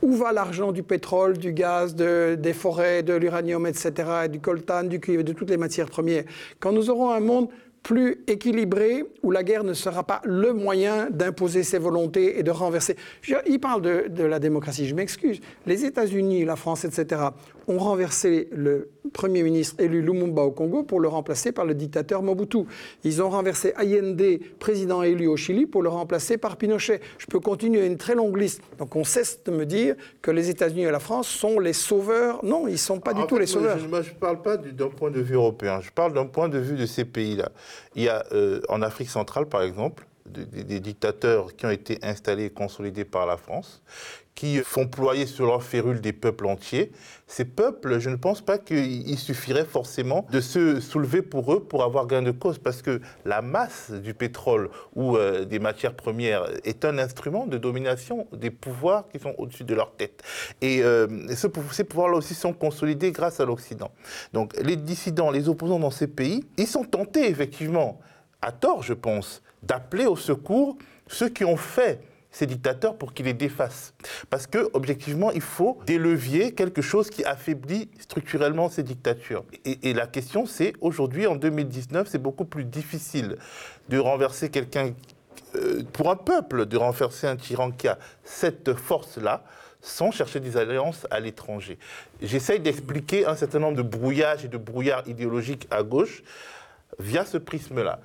Où va l'argent du pétrole, du gaz, de, des forêts, de l'uranium, et cetera, du coltan, du cuivre, de toutes les matières premières? Quand nous aurons un monde plus équilibré, où la guerre ne sera pas le moyen d'imposer ses volontés et de renverser. Je, il parle de, de la démocratie, je m'excuse. Les États-Unis, la France, et cetera, ont renversé le Premier ministre élu Lumumba au Congo pour le remplacer par le dictateur Mobutu. Ils ont renversé Allende, président élu au Chili, pour le remplacer par Pinochet. Je peux continuer une très longue liste. Donc on cesse de me dire que les États-Unis et la France sont les sauveurs. Non, ils ne sont pas en du fait, tout les moi, sauveurs. Je, moi, je ne parle pas d'un point de vue européen. Je parle d'un point de vue de ces pays-là. Il y a euh, en Afrique centrale, par exemple, des, des, des dictateurs qui ont été installés et consolidés par la France, qui font ployer sur leur férule des peuples entiers. Ces peuples, je ne pense pas qu'il suffirait forcément de se soulever pour eux pour avoir gain de cause, parce que la masse du pétrole ou euh, des matières premières est un instrument de domination des pouvoirs qui sont au-dessus de leur tête. Et euh, ce, ces pouvoirs-là aussi sont consolidés grâce à l'Occident. Donc les dissidents, les opposants dans ces pays, ils sont tentés effectivement, à tort je pense, d'appeler au secours ceux qui ont fait ces dictateurs pour qu'ils les défassent. Parce que, objectivement, il faut des leviers, quelque chose qui affaiblit structurellement ces dictatures. Et, et la question, c'est, aujourd'hui, en deux mille dix-neuf, c'est beaucoup plus difficile de renverser quelqu'un, euh, pour un peuple, de renverser un tyran qui a cette force-là, sans chercher des alliances à l'étranger. J'essaye d'expliquer un certain nombre de brouillages et de brouillards idéologiques à gauche via ce prisme-là.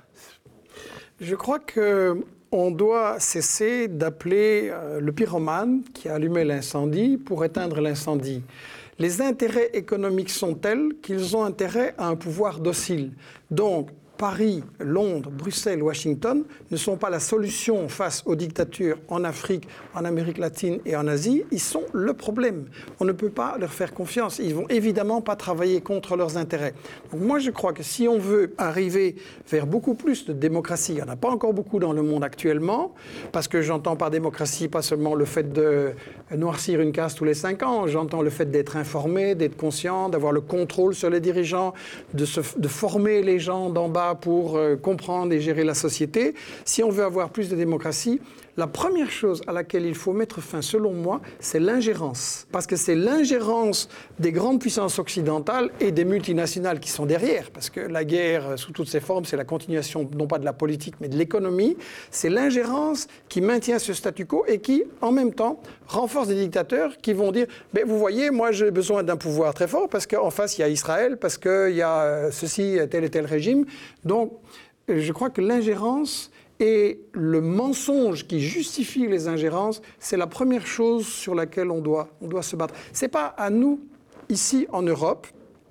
Je crois que on doit cesser d'appeler euh, le pyromane qui a allumé l'incendie pour éteindre l'incendie. Les intérêts économiques sont tels qu'ils ont intérêt à un pouvoir docile. Donc, Paris, Londres, Bruxelles, Washington ne sont pas la solution face aux dictatures en Afrique, en Amérique latine et en Asie. Ils sont le problème. On ne peut pas leur faire confiance. Ils ne vont évidemment pas travailler contre leurs intérêts. Donc moi, je crois que si on veut arriver vers beaucoup plus de démocratie, il n'y en a pas encore beaucoup dans le monde actuellement, parce que j'entends par démocratie pas seulement le fait de noircir une case tous les cinq ans, j'entends le fait d'être informé, d'être conscient, d'avoir le contrôle sur les dirigeants, de, se, de former les gens d'en bas pour euh, comprendre et gérer la société. Si on veut avoir plus de démocratie, la première chose à laquelle il faut mettre fin, selon moi, c'est l'ingérence. Parce que c'est l'ingérence des grandes puissances occidentales et des multinationales qui sont derrière. Parce que la guerre, sous toutes ses formes, c'est la continuation, non pas de la politique, mais de l'économie. C'est l'ingérence qui maintient ce statu quo et qui, en même temps, renforce des dictateurs qui vont dire « Vous voyez, moi, j'ai besoin d'un pouvoir très fort parce qu'en face, il y a Israël, parce qu'il y a ceci, tel et tel régime. » Donc, je crois que l'ingérence et le mensonge qui justifie les ingérences, c'est la première chose sur laquelle on doit, on doit se battre. Ce n'est pas à nous, ici en Europe,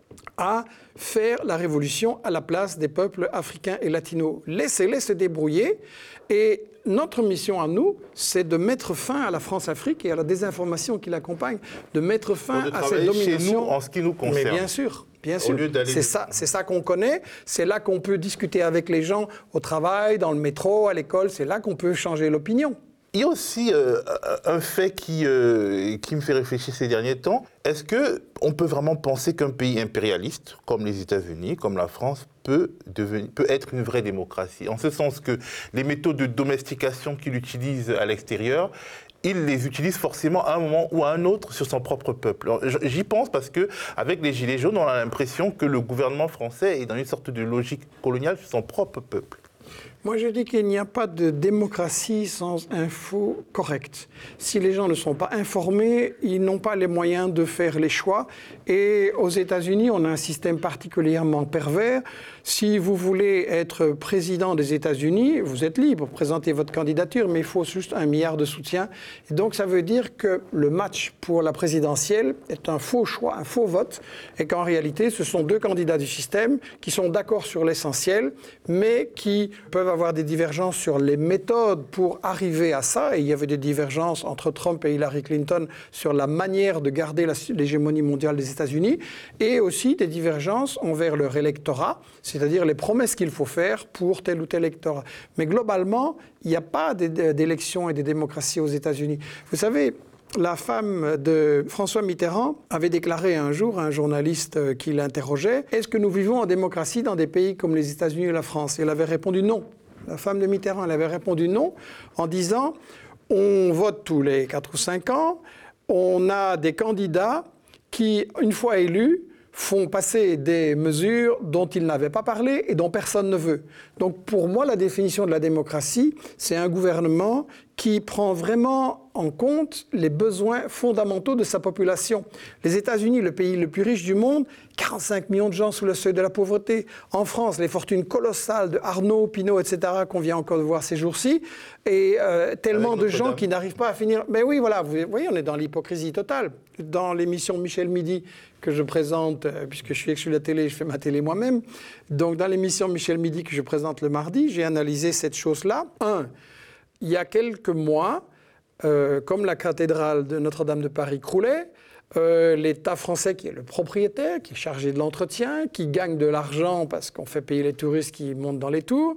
à faire la révolution à la place des peuples africains et latinos. Laissez-les se débrouiller. Et notre mission à nous, c'est de mettre fin à la France-Afrique et à la désinformation qui l'accompagne, de mettre fin à cette domination. Chez nous, en ce qui nous concerne. Mais bien sûr. Bien sûr, c'est ça, c'est ça qu'on connaît, c'est là qu'on peut discuter avec les gens au travail, dans le métro, à l'école, c'est là qu'on peut changer l'opinion. Il y a aussi euh, un fait qui, euh, qui me fait réfléchir ces derniers temps. Est-ce qu'on peut vraiment penser qu'un pays impérialiste, comme les États-Unis, comme la France, peut, devenir, peut être une vraie démocratie? En ce sens que les méthodes de domestication qu'il utilise à l'extérieur, il les utilise forcément à un moment ou à un autre sur son propre peuple. J'y pense parce qu'avec les Gilets jaunes, on a l'impression que le gouvernement français est dans une sorte de logique coloniale sur son propre peuple. Moi, je dis qu'il n'y a pas de démocratie sans info correcte. Si les gens ne sont pas informés, ils n'ont pas les moyens de faire les choix. Et aux États-Unis, on a un système particulièrement pervers. Si vous voulez être président des États-Unis, vous êtes libre, présentez votre candidature, mais il faut juste un milliard de soutien. Et donc, ça veut dire que le match pour la présidentielle est un faux choix, un faux vote, et qu'en réalité, ce sont deux candidats du système qui sont d'accord sur l'essentiel, mais qui peuvent avoir des divergences sur les méthodes pour arriver à ça. Et il y avait des divergences entre Trump et Hillary Clinton sur la manière de garder l'hégémonie mondiale des États-Unis, et aussi des divergences envers leur électorat, c'est-à-dire les promesses qu'il faut faire pour tel ou tel électorat. Mais globalement, il n'y a pas d'élections et de démocratie aux États-Unis. Vous savez, la femme de François Mitterrand avait déclaré un jour à un journaliste qui l'interrogeait « Est-ce que nous vivons en démocratie dans des pays comme les États-Unis et la France ?» Et elle avait répondu non. La femme de Mitterrand, elle avait répondu non en disant « On vote tous les quatre ou cinq ans, on a des candidats qui, une fois élus, font passer des mesures dont ils n'avaient pas parlé et dont personne ne veut. Donc pour moi, la définition de la démocratie, c'est un gouvernement qui prend vraiment en compte les besoins fondamentaux de sa population. Les États-Unis, le pays le plus riche du monde, quarante-cinq millions de gens sous le seuil de la pauvreté. En France, les fortunes colossales de Arnaud, Pinault, et cetera, qu'on vient encore de voir ces jours-ci, et euh, tellement de gens qui n'arrivent pas à finir. Mais oui, voilà, vous voyez, on est dans l'hypocrisie totale. Dans l'émission Michel Midi, que je présente, euh, puisque je suis exclu de la télé, je fais ma télé moi-même. Donc, dans l'émission Michel Midi que je présente le mardi, j'ai analysé cette chose-là. Un, il y a quelques mois, euh, comme la cathédrale de Notre-Dame de Paris croulait, euh, l'État français, qui est le propriétaire, qui est chargé de l'entretien, qui gagne de l'argent parce qu'on fait payer les touristes qui montent dans les tours,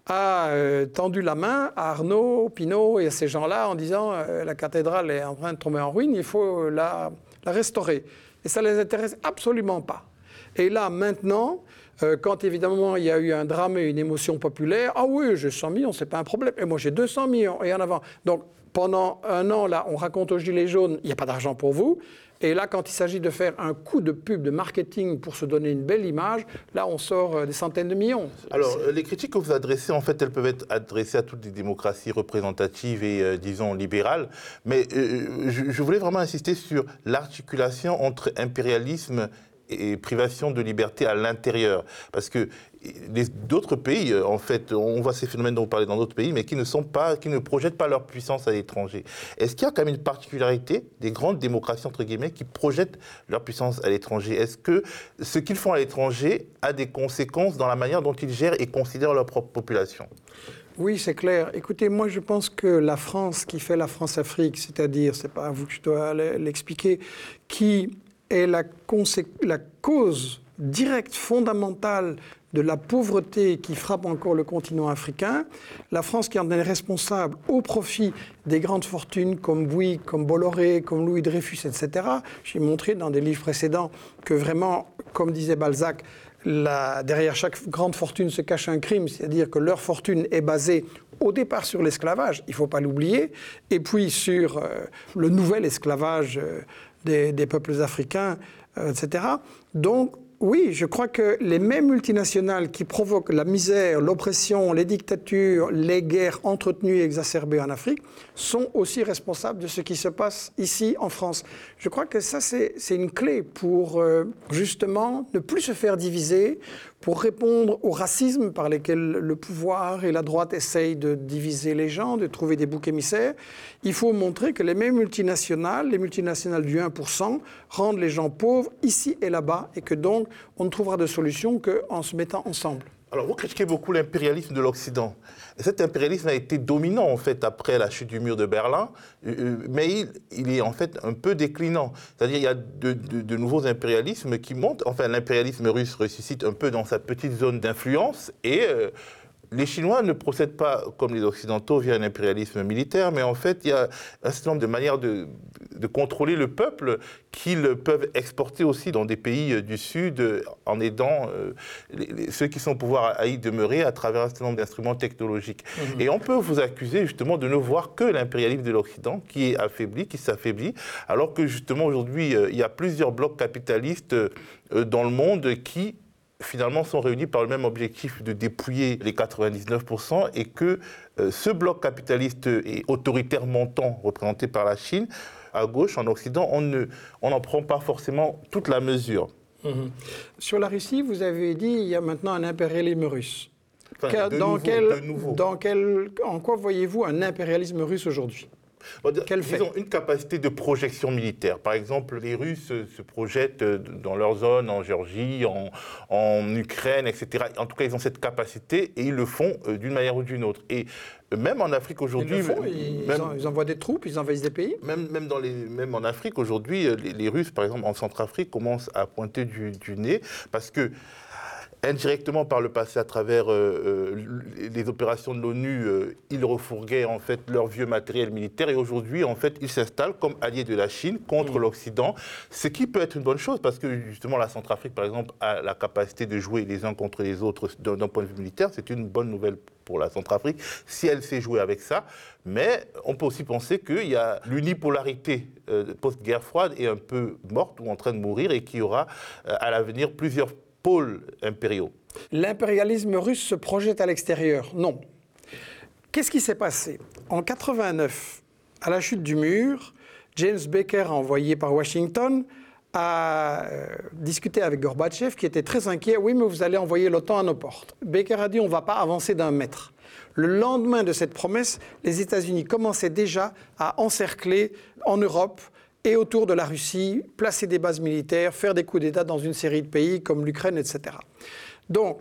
a euh, tendu la main à Arnaud, Pinault et à ces gens-là en disant euh, la cathédrale est en train de tomber en ruine, il faut la, la restaurer. Et ça ne les intéresse absolument pas. Et là, maintenant, euh, quand évidemment il y a eu un drame et une émotion populaire, ah oui, j'ai cent millions, c'est pas un problème. Et moi, j'ai deux cents millions, et en avant. Donc, pendant un an, là, on raconte aux Gilets jaunes, il n'y a pas d'argent pour vous. Et là, quand il s'agit de faire un coup de pub, de marketing pour se donner une belle image, là, on sort euh, des centaines de millions. Alors, les critiques que vous adressez, en fait, elles peuvent être adressées à toutes les démocraties représentatives et, euh, disons, libérales. Mais euh, je, je voulais vraiment insister sur l'articulation entre impérialisme et privation de liberté à l'intérieur. Parce que d'autres pays, en fait, on voit ces phénomènes dont vous parlez dans d'autres pays, mais qui ne sont pas, qui ne projettent pas leur puissance à l'étranger. Est-ce qu'il y a quand même une particularité des grandes démocraties, entre guillemets, qui projettent leur puissance à l'étranger? Est-ce que ce qu'ils font à l'étranger a des conséquences dans la manière dont ils gèrent et considèrent leur propre population? Oui, c'est clair. Écoutez, moi, je pense que la France, qui fait la France-Afrique, c'est-à-dire, c'est pas à vous que je dois l'expliquer, qui est la, la cause directe, fondamentale de la pauvreté qui frappe encore le continent africain, la France qui en est responsable au profit des grandes fortunes comme Bouygues, comme Bolloré, comme Louis Dreyfus, et cetera. J'ai montré dans des livres précédents que vraiment, comme disait Balzac, la, derrière chaque grande fortune se cache un crime, c'est-à-dire que leur fortune est basée au départ sur l'esclavage, il ne faut pas l'oublier, et puis sur euh, le nouvel esclavage euh, des, des peuples africains, euh, et cetera. Donc, oui, je crois que les mêmes multinationales qui provoquent la misère, l'oppression, les dictatures, les guerres entretenues et exacerbées en Afrique sont aussi responsables de ce qui se passe ici en France. Je crois que ça, c'est une clé pour euh, justement ne plus se faire diviser, pour répondre au racisme par lesquels le pouvoir et la droite essayent de diviser les gens, de trouver des boucs émissaires. Il faut montrer que les mêmes multinationales, les multinationales du un pour cent, rendent les gens pauvres ici et là-bas, et que donc on ne trouvera de solution qu'en se mettant ensemble. Alors, vous critiquez beaucoup l'impérialisme de l'Occident. Cet impérialisme a été dominant, en fait, après la chute du mur de Berlin, euh, mais il, il est, en fait, un peu déclinant. C'est-à-dire qu'il y a de, de, de nouveaux impérialismes qui montent. Enfin, l'impérialisme russe ressuscite un peu dans sa petite zone d'influence et... Euh, les Chinois ne procèdent pas, comme les Occidentaux, via un impérialisme militaire, mais en fait, il y a un certain nombre de manières de, de contrôler le peuple qu'ils peuvent exporter aussi dans des pays du Sud en aidant euh, les, les, ceux qui sont au pouvoir à y demeurer à travers un certain nombre d'instruments technologiques. Mmh. Et on peut vous accuser justement de ne voir que l'impérialisme de l'Occident qui est affaibli, qui s'affaiblit, alors que justement aujourd'hui, euh, il y a plusieurs blocs capitalistes euh, dans le monde qui finalement sont réunis par le même objectif de dépouiller les quatre-vingt-dix-neuf pour cent et que euh, ce bloc capitaliste et autoritaire montant représenté par la Chine, à gauche, en Occident, on ne, on n'en prend pas forcément toute la mesure. Mmh. Sur la Russie, vous avez dit il y a maintenant un impérialisme russe. Enfin, de dans, nouveau, quel, de nouveau. dans quel, en quoi voyez-vous un impérialisme russe aujourd'hui? Quel fait? Ils ont une capacité de projection militaire. Par exemple, les Russes se projettent dans leur zone, en Géorgie, en, en Ukraine, et cetera. En tout cas, ils ont cette capacité et ils le font d'une manière ou d'une autre. Et même en Afrique aujourd'hui... Ils le font, ils, même, ils envoient des troupes, ils envahissent des pays. Même, même, dans les, même en Afrique aujourd'hui, les, les Russes, par exemple, en Centrafrique, commencent à pointer du, du nez parce que indirectement par le passé à travers euh, euh, les opérations de l'ONU, euh, ils refourguaient en fait leur vieux matériel militaire et aujourd'hui en fait ils s'installent comme alliés de la Chine contre mmh. l'Occident, ce qui peut être une bonne chose parce que justement la Centrafrique par exemple a la capacité de jouer les uns contre les autres d'un, d'un point de vue militaire, c'est une bonne nouvelle pour la Centrafrique si elle sait jouer avec ça, mais on peut aussi penser qu'il y a l'unipolarité euh, post-guerre froide est un peu morte ou en train de mourir et qu'il y aura euh, à l'avenir plusieurs pôles impériaux. L'impérialisme russe se projette à l'extérieur? Non. Qu'est-ce qui s'est passé? En quatre-vingt-neuf, à la chute du mur, James Baker, envoyé par Washington, a euh, discuté avec Gorbatchev, qui était très inquiet. « Oui, mais vous allez envoyer l'OTAN à nos portes. » Baker a dit « On ne va pas avancer d'un mètre. » Le lendemain de cette promesse, les États-Unis commençaient déjà à encercler en Europe et autour de la Russie, placer des bases militaires, faire des coups d'État dans une série de pays comme l'Ukraine, et cetera. Donc,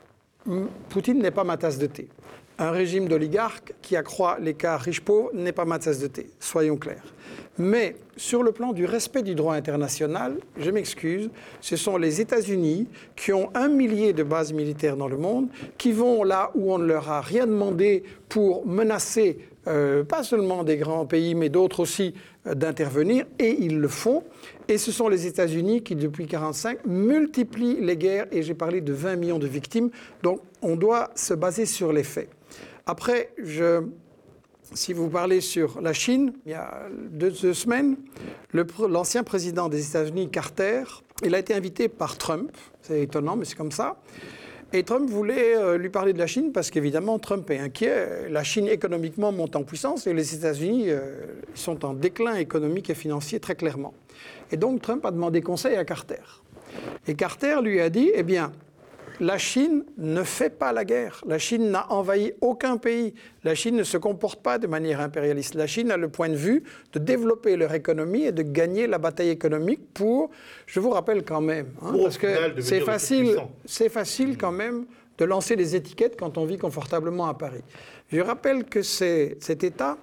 Poutine n'est pas ma tasse de thé. Un régime d'oligarques qui accroît l'écart riche-pauvre n'est pas ma tasse de thé, soyons clairs. Mais sur le plan du respect du droit international, je m'excuse, ce sont les États-Unis qui ont un millier de bases militaires dans le monde, qui vont là où on ne leur a rien demandé pour menacer euh, pas seulement des grands pays, mais d'autres aussi, euh, d'intervenir, et ils le font. Et ce sont les États-Unis qui, depuis mille neuf cent quarante-cinq, multiplient les guerres, et j'ai parlé de vingt millions de victimes. Donc, on doit se baser sur les faits. Après, je, si vous parlez sur la Chine, il y a deux, deux semaines, le, l'ancien président des États-Unis, Carter, il a été invité par Trump. C'est étonnant, mais c'est comme ça. Et Trump voulait euh, lui parler de la Chine parce qu'évidemment, Trump est inquiet. La Chine, économiquement, monte en puissance et les États-Unis euh, sont en déclin économique et financier très clairement. Et donc, Trump a demandé conseil à Carter. Et Carter lui a dit, eh bien, la Chine ne fait pas la guerre. La Chine n'a envahi aucun pays. La Chine ne se comporte pas de manière impérialiste. La Chine a le point de vue de développer leur économie et de gagner la bataille économique pour, je vous rappelle quand même, hein, parce que c'est facile, c'est facile quand même de lancer des étiquettes quand on vit confortablement à Paris. Je rappelle que c'est, cet État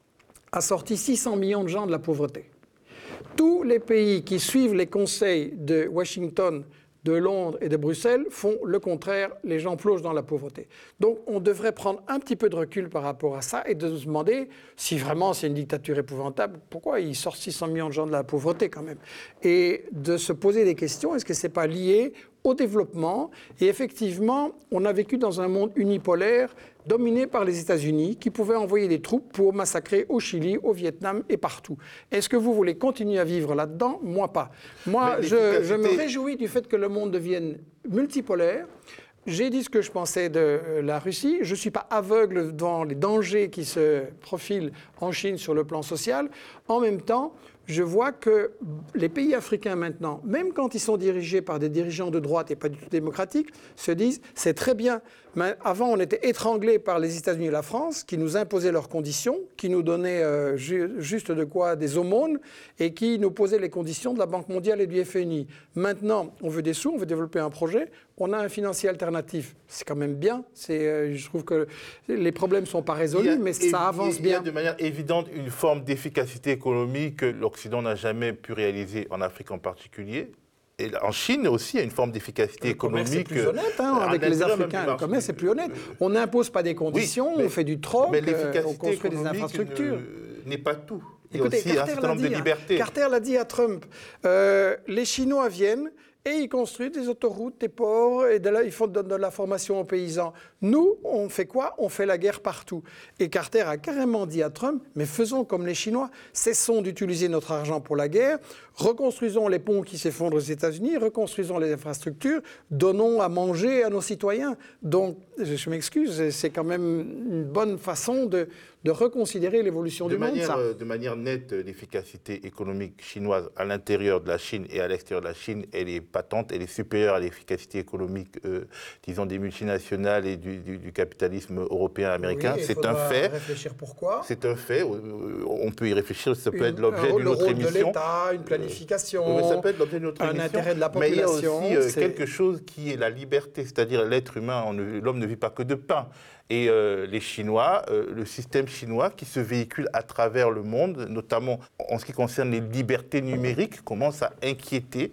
a sorti six cents millions de gens de la pauvreté. Tous les pays qui suivent les conseils de Washington, de Londres et de Bruxelles font le contraire, les gens plongent dans la pauvreté. Donc on devrait prendre un petit peu de recul par rapport à ça et de se demander si vraiment c'est une dictature épouvantable, pourquoi ils sortent six cents millions de gens de la pauvreté quand même? Et de se poser des questions, est-ce que ce n'est pas lié au développement? Et effectivement, on a vécu dans un monde unipolaire dominé par les États-Unis qui pouvaient envoyer des troupes pour massacrer au Chili, au Vietnam et partout. Est-ce que vous voulez continuer à vivre là-dedans? Moi, pas. Moi, je, je me réjouis du fait que le monde devienne multipolaire. J'ai dit ce que je pensais de la Russie. Je ne suis pas aveugle devant les dangers qui se profilent en Chine sur le plan social. En même temps, je vois que les pays africains maintenant, même quand ils sont dirigés par des dirigeants de droite et pas du tout démocratiques, se disent « c'est très bien ». Mais avant, on était étranglés par les États-Unis et la France, qui nous imposaient leurs conditions, qui nous donnaient euh, ju- juste de quoi des aumônes, et qui nous posaient les conditions de la Banque mondiale et du F M I. Maintenant, on veut des sous, on veut développer un projet, on a un financier alternatif. C'est quand même bien. C'est, euh, je trouve que les problèmes ne sont pas résolus, mais ça avance bien. Il y a de manière évidente une forme d'efficacité économique que l'Occident n'a jamais pu réaliser, en Afrique en particulier. Et en Chine aussi, il y a une forme d'efficacité économique. Le commerce est plus honnête hein, avec les Africains. Le commerce est plus honnête. On n'impose pas des conditions, oui, mais, on fait du troc, mais l'efficacité on construit des infrastructures. Ne, n'est pas tout. Il y Écoutez, a aussi Carter un certain nombre dit, de libertés. Hein, Carter l'a dit à Trump. Euh, les Chinois viennent et ils construisent des autoroutes, des ports, et de là, ils font de, de la formation aux paysans. Nous, on fait quoi? On fait la guerre partout. Et Carter a carrément dit à Trump, mais faisons comme les Chinois, cessons d'utiliser notre argent pour la guerre, reconstruisons les ponts qui s'effondrent aux États-Unis, reconstruisons les infrastructures, donnons à manger à nos citoyens. Donc, je m'excuse, c'est quand même une bonne façon de, de reconsidérer l'évolution du manière, monde, ça. De manière nette, l'efficacité économique chinoise à l'intérieur de la Chine et à l'extérieur de la Chine, elle est patente, elle est supérieure à l'efficacité économique, euh, disons, des multinationales et du, du, du capitalisme européen, américain. Oui, c'est un fait. Réfléchir pourquoi. C'est un fait. On peut y réfléchir. Ça peut une, être l'objet d'une autre émission. Le rôle de l'État, une planification. Euh, mais ça peut être l'objet d'une autre un émission. intérêt de la population. Mais il y a aussi euh, quelque chose qui est la liberté, c'est-à-dire l'être humain. On ne, l'homme ne vit pas que de pain. Et euh, les Chinois, euh, le système chinois qui se véhicule à travers le monde, notamment en ce qui concerne les libertés numériques, commence à inquiéter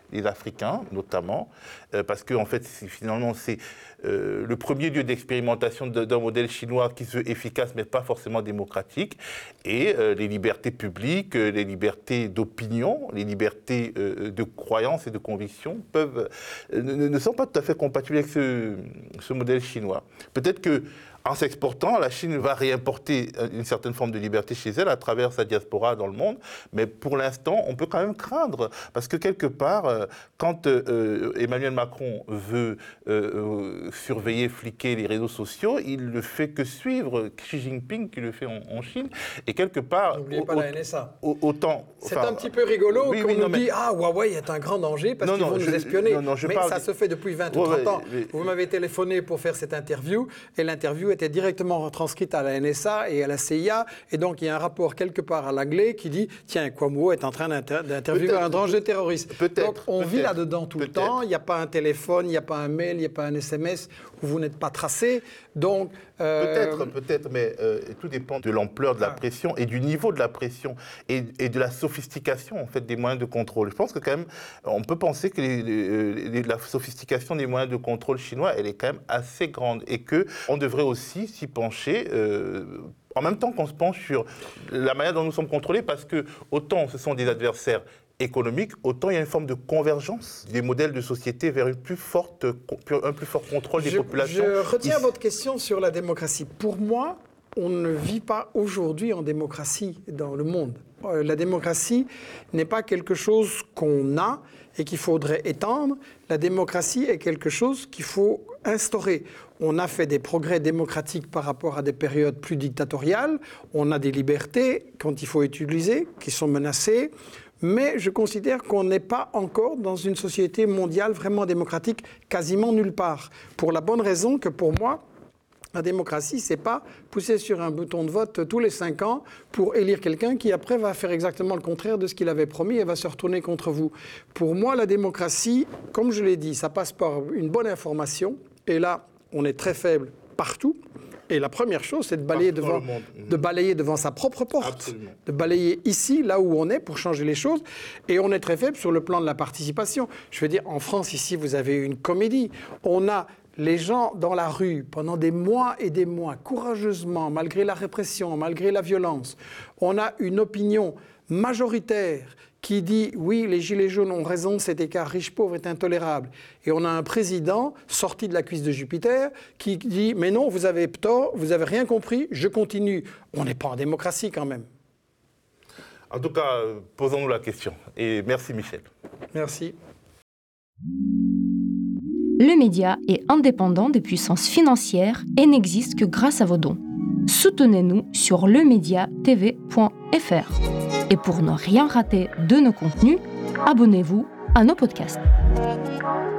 les Africains notamment, euh, parce que en fait, c'est, finalement, c'est euh, le premier lieu d'expérimentation d'un modèle chinois qui se veut efficace, mais pas forcément démocratique. Et euh, les libertés publiques, euh, les libertés d'opinion, les libertés euh, de croyance et de conviction peuvent, euh, ne, ne sont pas tout à fait compatibles avec ce, ce modèle chinois. Peut-être que en s'exportant, la Chine va réimporter une certaine forme de liberté chez elle à travers sa diaspora dans le monde. Mais pour l'instant, on peut quand même craindre. Parce que quelque part, quand euh, Emmanuel Macron veut euh, surveiller, fliquer les réseaux sociaux, il ne le fait que suivre Xi Jinping qui le fait en, en Chine. Et quelque part... N'oubliez pas la N S A. Autant... C'est enfin, un petit peu rigolo oui, qu'on oui, nous mais... dit « Ah, Huawei est un grand danger parce non, qu'ils non, vont je, nous espionner non, non, ». Mais ça de... se fait depuis vingt ou trente ouais, ans. Mais... Vous m'avez téléphoné pour faire cette interview et l'interview était directement retranscrite à la N S A et à la C I A. Et donc, il y a un rapport quelque part à l'anglais qui dit « Tiens, Cuomo est en train d'inter- d'interviewer peut-être, un danger terroriste ». Donc, on vit là-dedans tout le temps. Il n'y a pas un téléphone, il n'y a pas un mail, il n'y a pas un S M S où vous n'êtes pas tracé. Donc, euh... Peut-être, peut-être, mais euh, tout dépend de l'ampleur de la ah. pression et du niveau de la pression et, et de la sophistication en fait, des moyens de contrôle. Je pense que quand même, on peut penser que les, les, les, la sophistication des moyens de contrôle chinois, elle est quand même assez grande et qu'on devrait aussi s'y pencher euh, en même temps qu'on se penche sur la manière dont nous sommes contrôlés, parce que autant ce sont des adversaires économiques, autant il y a une forme de convergence des modèles de société vers une plus forte, un plus fort contrôle des je, populations. Je retiens Ici. votre question sur la démocratie. Pour moi, on ne vit pas aujourd'hui en démocratie dans le monde. La démocratie n'est pas quelque chose qu'on a et qu'il faudrait étendre. La démocratie est quelque chose qu'il faut instaurer. On a fait des progrès démocratiques par rapport à des périodes plus dictatoriales. On a des libertés, quand il faut utiliser, qui sont menacées. Mais je considère qu'on n'est pas encore dans une société mondiale vraiment démocratique, quasiment nulle part. Pour la bonne raison que pour moi, la démocratie, c'est pas pousser sur un bouton de vote tous les cinq ans pour élire quelqu'un qui après va faire exactement le contraire de ce qu'il avait promis et va se retourner contre vous. Pour moi, la démocratie, comme je l'ai dit, ça passe par une bonne information. Et là, on est très faible partout. Et la première chose, c'est de balayer, devant, de balayer devant sa propre porte, Absolument. de balayer ici, là où on est, pour changer les choses. Et on est très faible sur le plan de la participation. Je veux dire, en France, ici, vous avez une comédie. On a les gens dans la rue, pendant des mois et des mois, courageusement, malgré la répression, malgré la violence. On a une opinion majoritaire qui dit « oui, les gilets jaunes ont raison, cet écart riche-pauvre est intolérable ». Et on a un président sorti de la cuisse de Jupiter qui dit « mais non, vous avez tort, vous n'avez rien compris, je continue ». On n'est pas en démocratie quand même. En tout cas, posons-nous la question. Et merci Michel. Merci. Le média est indépendant des puissances financières et n'existe que grâce à vos dons. Soutenez-nous sur lemediatv point f r. Et pour ne rien rater de nos contenus, abonnez-vous à nos podcasts.